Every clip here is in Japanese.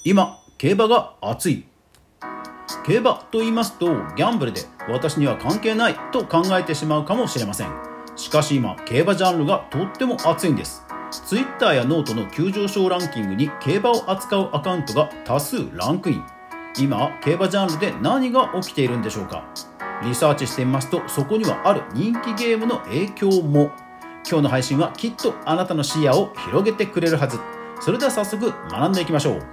今競馬が熱い。競馬と言いますとギャンブルで私には関係ないと考えてしまうかもしれません。しかし今競馬ジャンルがとっても熱いんです。ツイッターやノートの急上昇ランキングに競馬を扱うアカウントが多数ランクイン。今競馬ジャンルで何が起きているんでしょうか。リサーチしてみますと、そこにはある人気ゲームの影響も。今日の配信はきっとあなたの視野を広げてくれるはず。それでは早速学んでいきましょう。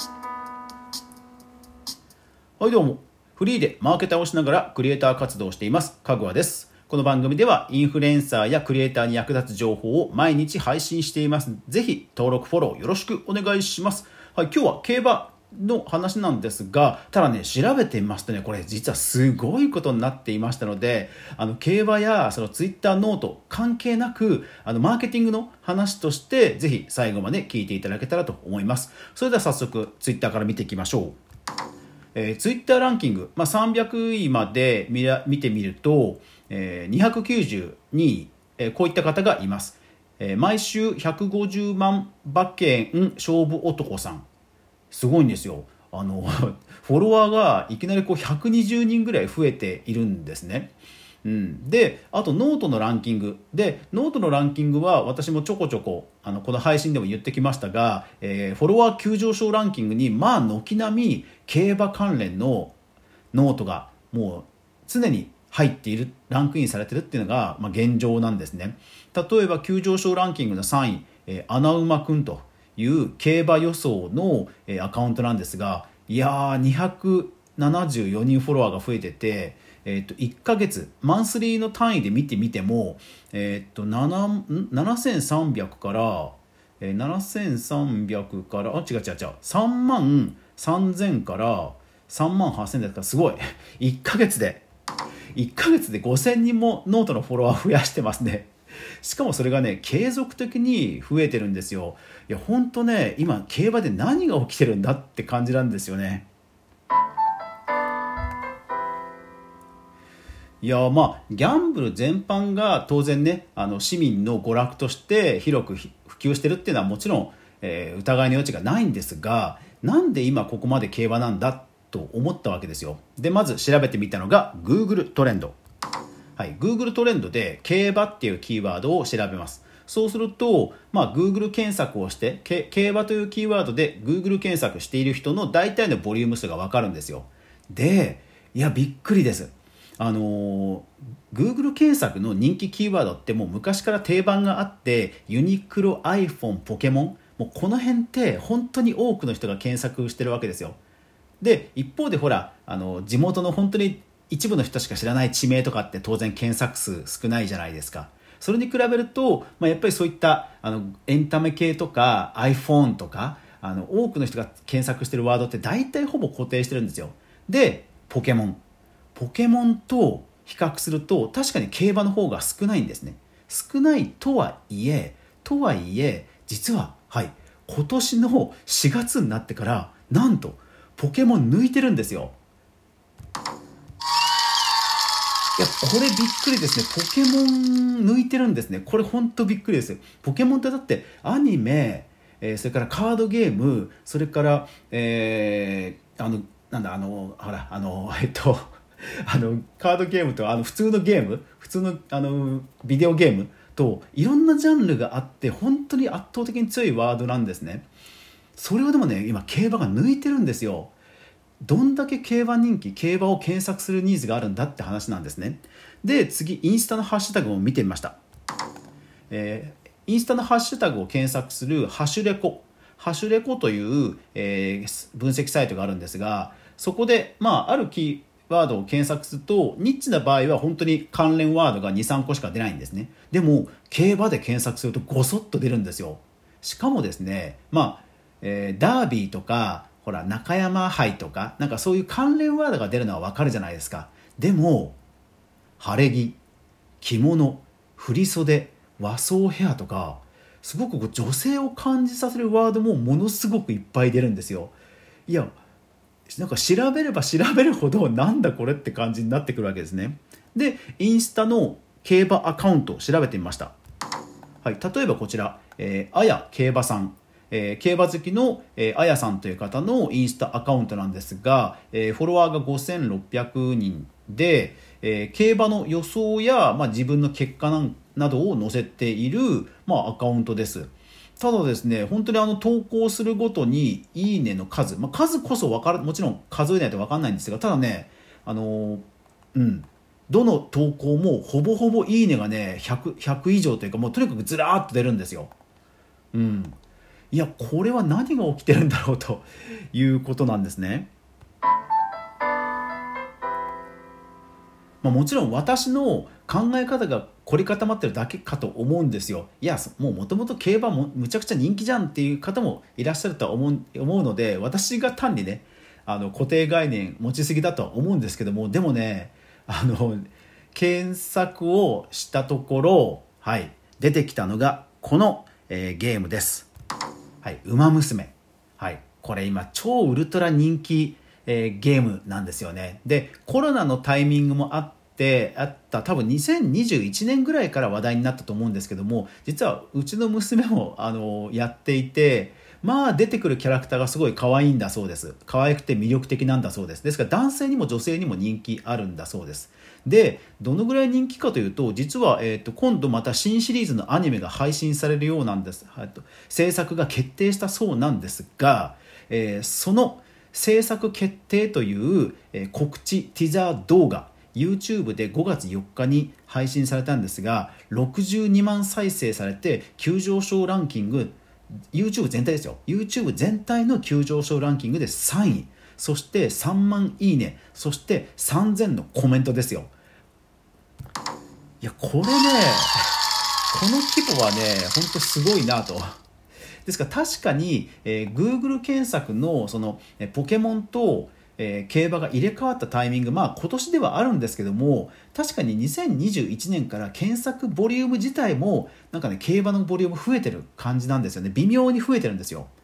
はい、どうも。フリーでマーケターをしながらクリエイター活動をしていますかぐわです。この番組ではインフルエンサーやクリエイターに役立つ情報を毎日配信しています。ぜひ登録フォローよろしくお願いします。はい、今日は競馬の話なんですが、ただね、調べてみますとね、これ実はすごいことになっていましたので、競馬やそのツイッターノート関係なくマーケティングの話としてぜひ最後まで聞いていただけたらと思います。それでは早速ツイッターから見ていきましょう。ツイッターランキング、300位まで見てみると、292位、こういった方がいます。毎週150万馬券勝負男さん、すごいんですよ。フォロワーがいきなり120人ぐらい増えているんですね。で、あとノートのランキングで、ノートのランキングは私もちょこちょここの配信でも言ってきましたが、フォロワー急上昇ランキングに軒並み競馬関連のノートがもう常に入っている、ランクインされているっていうのが、現状なんですね。例えば急上昇ランキングの3位、穴馬くんという競馬予想のアカウントなんですが、いやー274人フォロワーが増えてて、1ヶ月マンスリーの単位で見てみても、7300から7300から違う3万3000から3万8000ですから、すごい1ヶ月で5000人もノートのフォロワー増やしてますね。しかもそれがね、継続的に増えてるんですよ。いや本当ね、今競馬で何が起きてるんだって感じなんですよね。いやギャンブル全般が当然ね、市民の娯楽として広く普及してるっていうのはもちろん、疑いの余地がないんですが、なんで今ここまで競馬なんだと思ったわけですよ。でまず調べてみたのが Google トレンド。はい、Google トレンドで競馬っていうキーワードを調べます。そうすると、Google 検索をして競馬というキーワードで Google 検索している人の大体のボリューム数が分かるんですよ。で、いやびっくりです。Google 検索の人気キーワードってもう昔から定番があって、ユニクロ、iPhone、ポケモン、もうこの辺って本当に多くの人が検索してるわけですよ。で一方でほら、地元の本当に一部の人しか知らない地名とかって当然検索数少ないじゃないですか。それに比べると、やっぱりそういったエンタメ系とか iPhone とか多くの人が検索してるワードって大体ほぼ固定してるんですよ。でポケモンと比較すると確かに競馬の方が少ないんですね。少ないとはいえ実は、今年の4月になってからなんとポケモン抜いてるんですよ。いやこれびっくりですね。ポケモン抜いてるんですね。これ本当びっくりです。ポケモンってだってアニメ、それからカードゲーム、それから、カードゲームと普通のビデオゲームといろんなジャンルがあって、本当に圧倒的に強いワードなんですね。それをでもね、今競馬が抜いてるんですよ。どんだけ競馬を検索するニーズがあるんだって話なんですね。で次、インスタのハッシュタグを見てみました。インスタのハッシュタグを検索するハシュレコという、分析サイトがあるんですが、そこで、あるキーワードを検索するとニッチな場合は本当に関連ワードが 2,3 個しか出ないんですね。でも競馬で検索するとごそっと出るんですよ。しかもですね、ダービーとかほら中山杯とかなんかそういう関連ワードが出るのはわかるじゃないですか。でも晴れ着、着物、振袖、和装ヘアとかすごく女性を感じさせるワードもものすごくいっぱい出るんですよ。いやなんか調べれば調べるほどなんだこれって感じになってくるわけですね。でインスタの競馬アカウントを調べてみました。例えばこちら、あや競馬さん、 競馬好きの、あやさんという方のインスタアカウントなんですが、フォロワーが5600人で、競馬の予想や、自分の結果などを載せている、アカウントです。ただですね、本当に投稿するごとにいいねの数、数こそもちろん数えないと分かんないんですが、ただね、どの投稿もほぼほぼいいねがね、100以上というか、もうとにかくずらーっと出るんですよ。いや、これは何が起きてるんだろうということなんですね。もちろん私の考え方が凝り固まってるだけかと思うんですよ。いや、もともと競馬もむちゃくちゃ人気じゃんっていう方もいらっしゃるとは思うので、私が単にね、固定概念持ちすぎだとは思うんですけども、でもね、検索をしたところ、出てきたのがこの、ゲームです。ウマ娘。これ今超ウルトラ人気、ゲームなんですよね。で、コロナのタイミングもあった多分2021年ぐらいから話題になったと思うんですけども、実はうちの娘もやっていて、出てくるキャラクターがすごい可愛いんだそうです。可愛くて魅力的なんだそうです。ですから男性にも女性にも人気あるんだそうです。で、どのぐらい人気かというと、実は、今度また新シリーズのアニメが配信されるようなんです。制作が決定したそうなんですが、その制作決定という、告知ティザー動画、YouTube で5月4日に配信されたんですが、62万再生されて急上昇ランキング、 YouTube 全体ですよ、 YouTube 全体の急上昇ランキングで3位、そして3万いいね、そして3000のコメントですよ。いや、これね、この規模はね、本当すごいなと。ですから確かに、Google 検索のそのポケモンと、競馬が入れ替わったタイミング、今年ではあるんですけども、確かに2021年から検索ボリューム自体もなんかね、競馬のボリューム増えてる感じなんですよね。微妙に増えてるんですよ。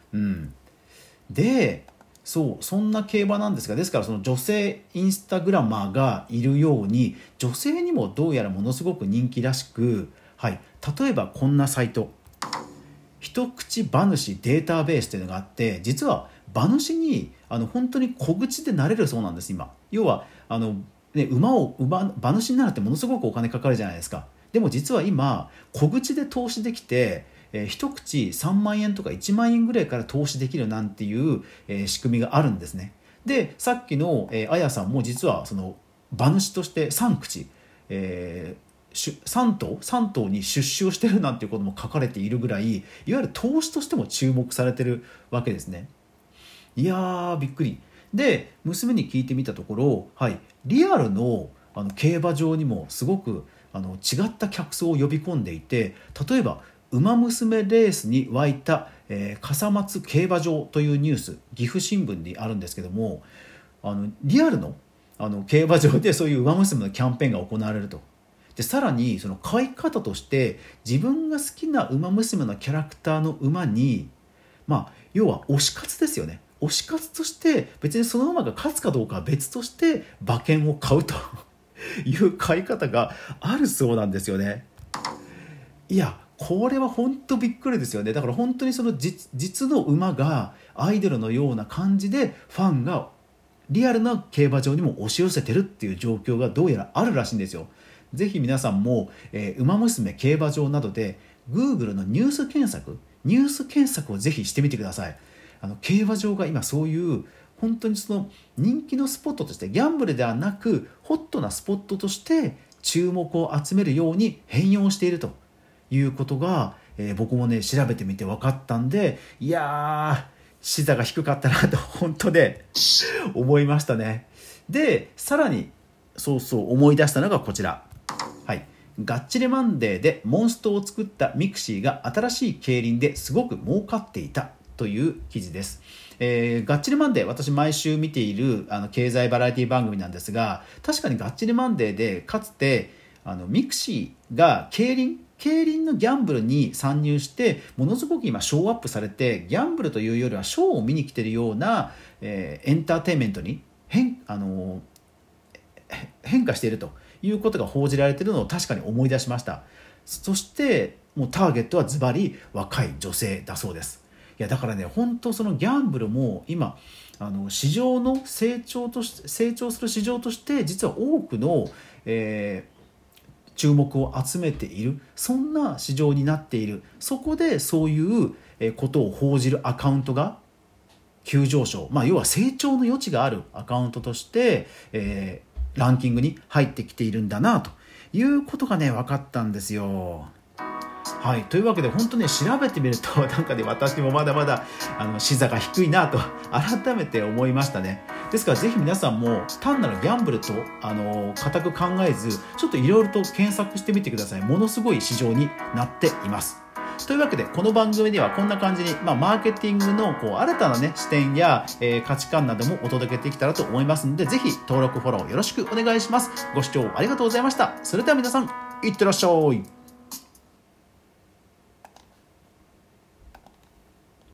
で、そんな競馬なんですが、ですからその女性インスタグラマーがいるように、女性にもどうやらものすごく人気らしく、例えばこんなサイト、一口馬主データベースというのがあって、実は馬主に本当に小口でなれるそうなんです。今要は馬主になるってものすごくお金かかるじゃないですか。でも実は今小口で投資できて、一口3万円とか1万円ぐらいから投資できるなんていう、仕組みがあるんですね。で、さっきの、あやさんも実はその馬主として3口、3頭に出資をしてるなんていうことも書かれているぐらい、いわゆる投資としても注目されてるわけですね。いやー、びっくりで、娘に聞いてみたところ、リアルの競馬場にもすごく違った客層を呼び込んでいて、例えばウマ娘レースに沸いた、笠松競馬場というニュース、岐阜新聞にあるんですけども、リアルの競馬場でそういうウマ娘のキャンペーンが行われると。で、さらにその買い方として、自分が好きなウマ娘のキャラクターの馬に、要は推し活ですよね。推し活として、別にその馬が勝つかどうかは別として馬券を買うという買い方があるそうなんですよね。いや、これは本当びっくりですよね。だから本当にその実の馬がアイドルのような感じで、ファンがリアルな競馬場にも押し寄せてるっていう状況がどうやらあるらしいんですよ。ぜひ皆さんも、ウマ娘競馬場などで Google のニュース検索をぜひしてみてください。競馬場が今そういう本当にその人気のスポットとして、ギャンブルではなくホットなスポットとして注目を集めるように変容しているということが、僕もね調べてみて分かったんで、いやー、視座が低かったなと本当で思いましたね。で、さらに思い出したのがこちら。ガッチリマンデーでモンストを作ったミクシーが新しい競輪ですごく儲かっていたという記事です。ガッチリマンデー、私毎週見ている経済バラエティ番組なんですが、確かにガッチリマンデーでかつてミクシーが競輪のギャンブルに参入して、ものすごく今ショーアップされて、ギャンブルというよりはショーを見に来ているような、エンターテインメントに変化しているということが報じられているのを確かに思い出しました。そしてもうターゲットはズバリ若い女性だそうです。 やだからね、本当そのギャンブルも今市場の成長する市場として実は多くの、注目を集めている、そんな市場になっている。そこでそういうことを報じるアカウントが急上昇、要は成長の余地があるアカウントとして、ランキングに入ってきているんだなということがね分かったんですよ。はい、というわけで本当ね、調べてみるとなんかね、私もまだまだ視座が低いなと改めて思いましたね。ですからぜひ皆さんも単なるギャンブルと固く考えず、ちょっといろいろと検索してみてください。ものすごい市場になっています。というわけでこの番組ではこんな感じに、マーケティングの新たな、視点や、価値観などもお届けできたらと思いますので、ぜひ登録フォローよろしくお願いします。ご視聴ありがとうございました。それでは皆さん、いってらっしゃい。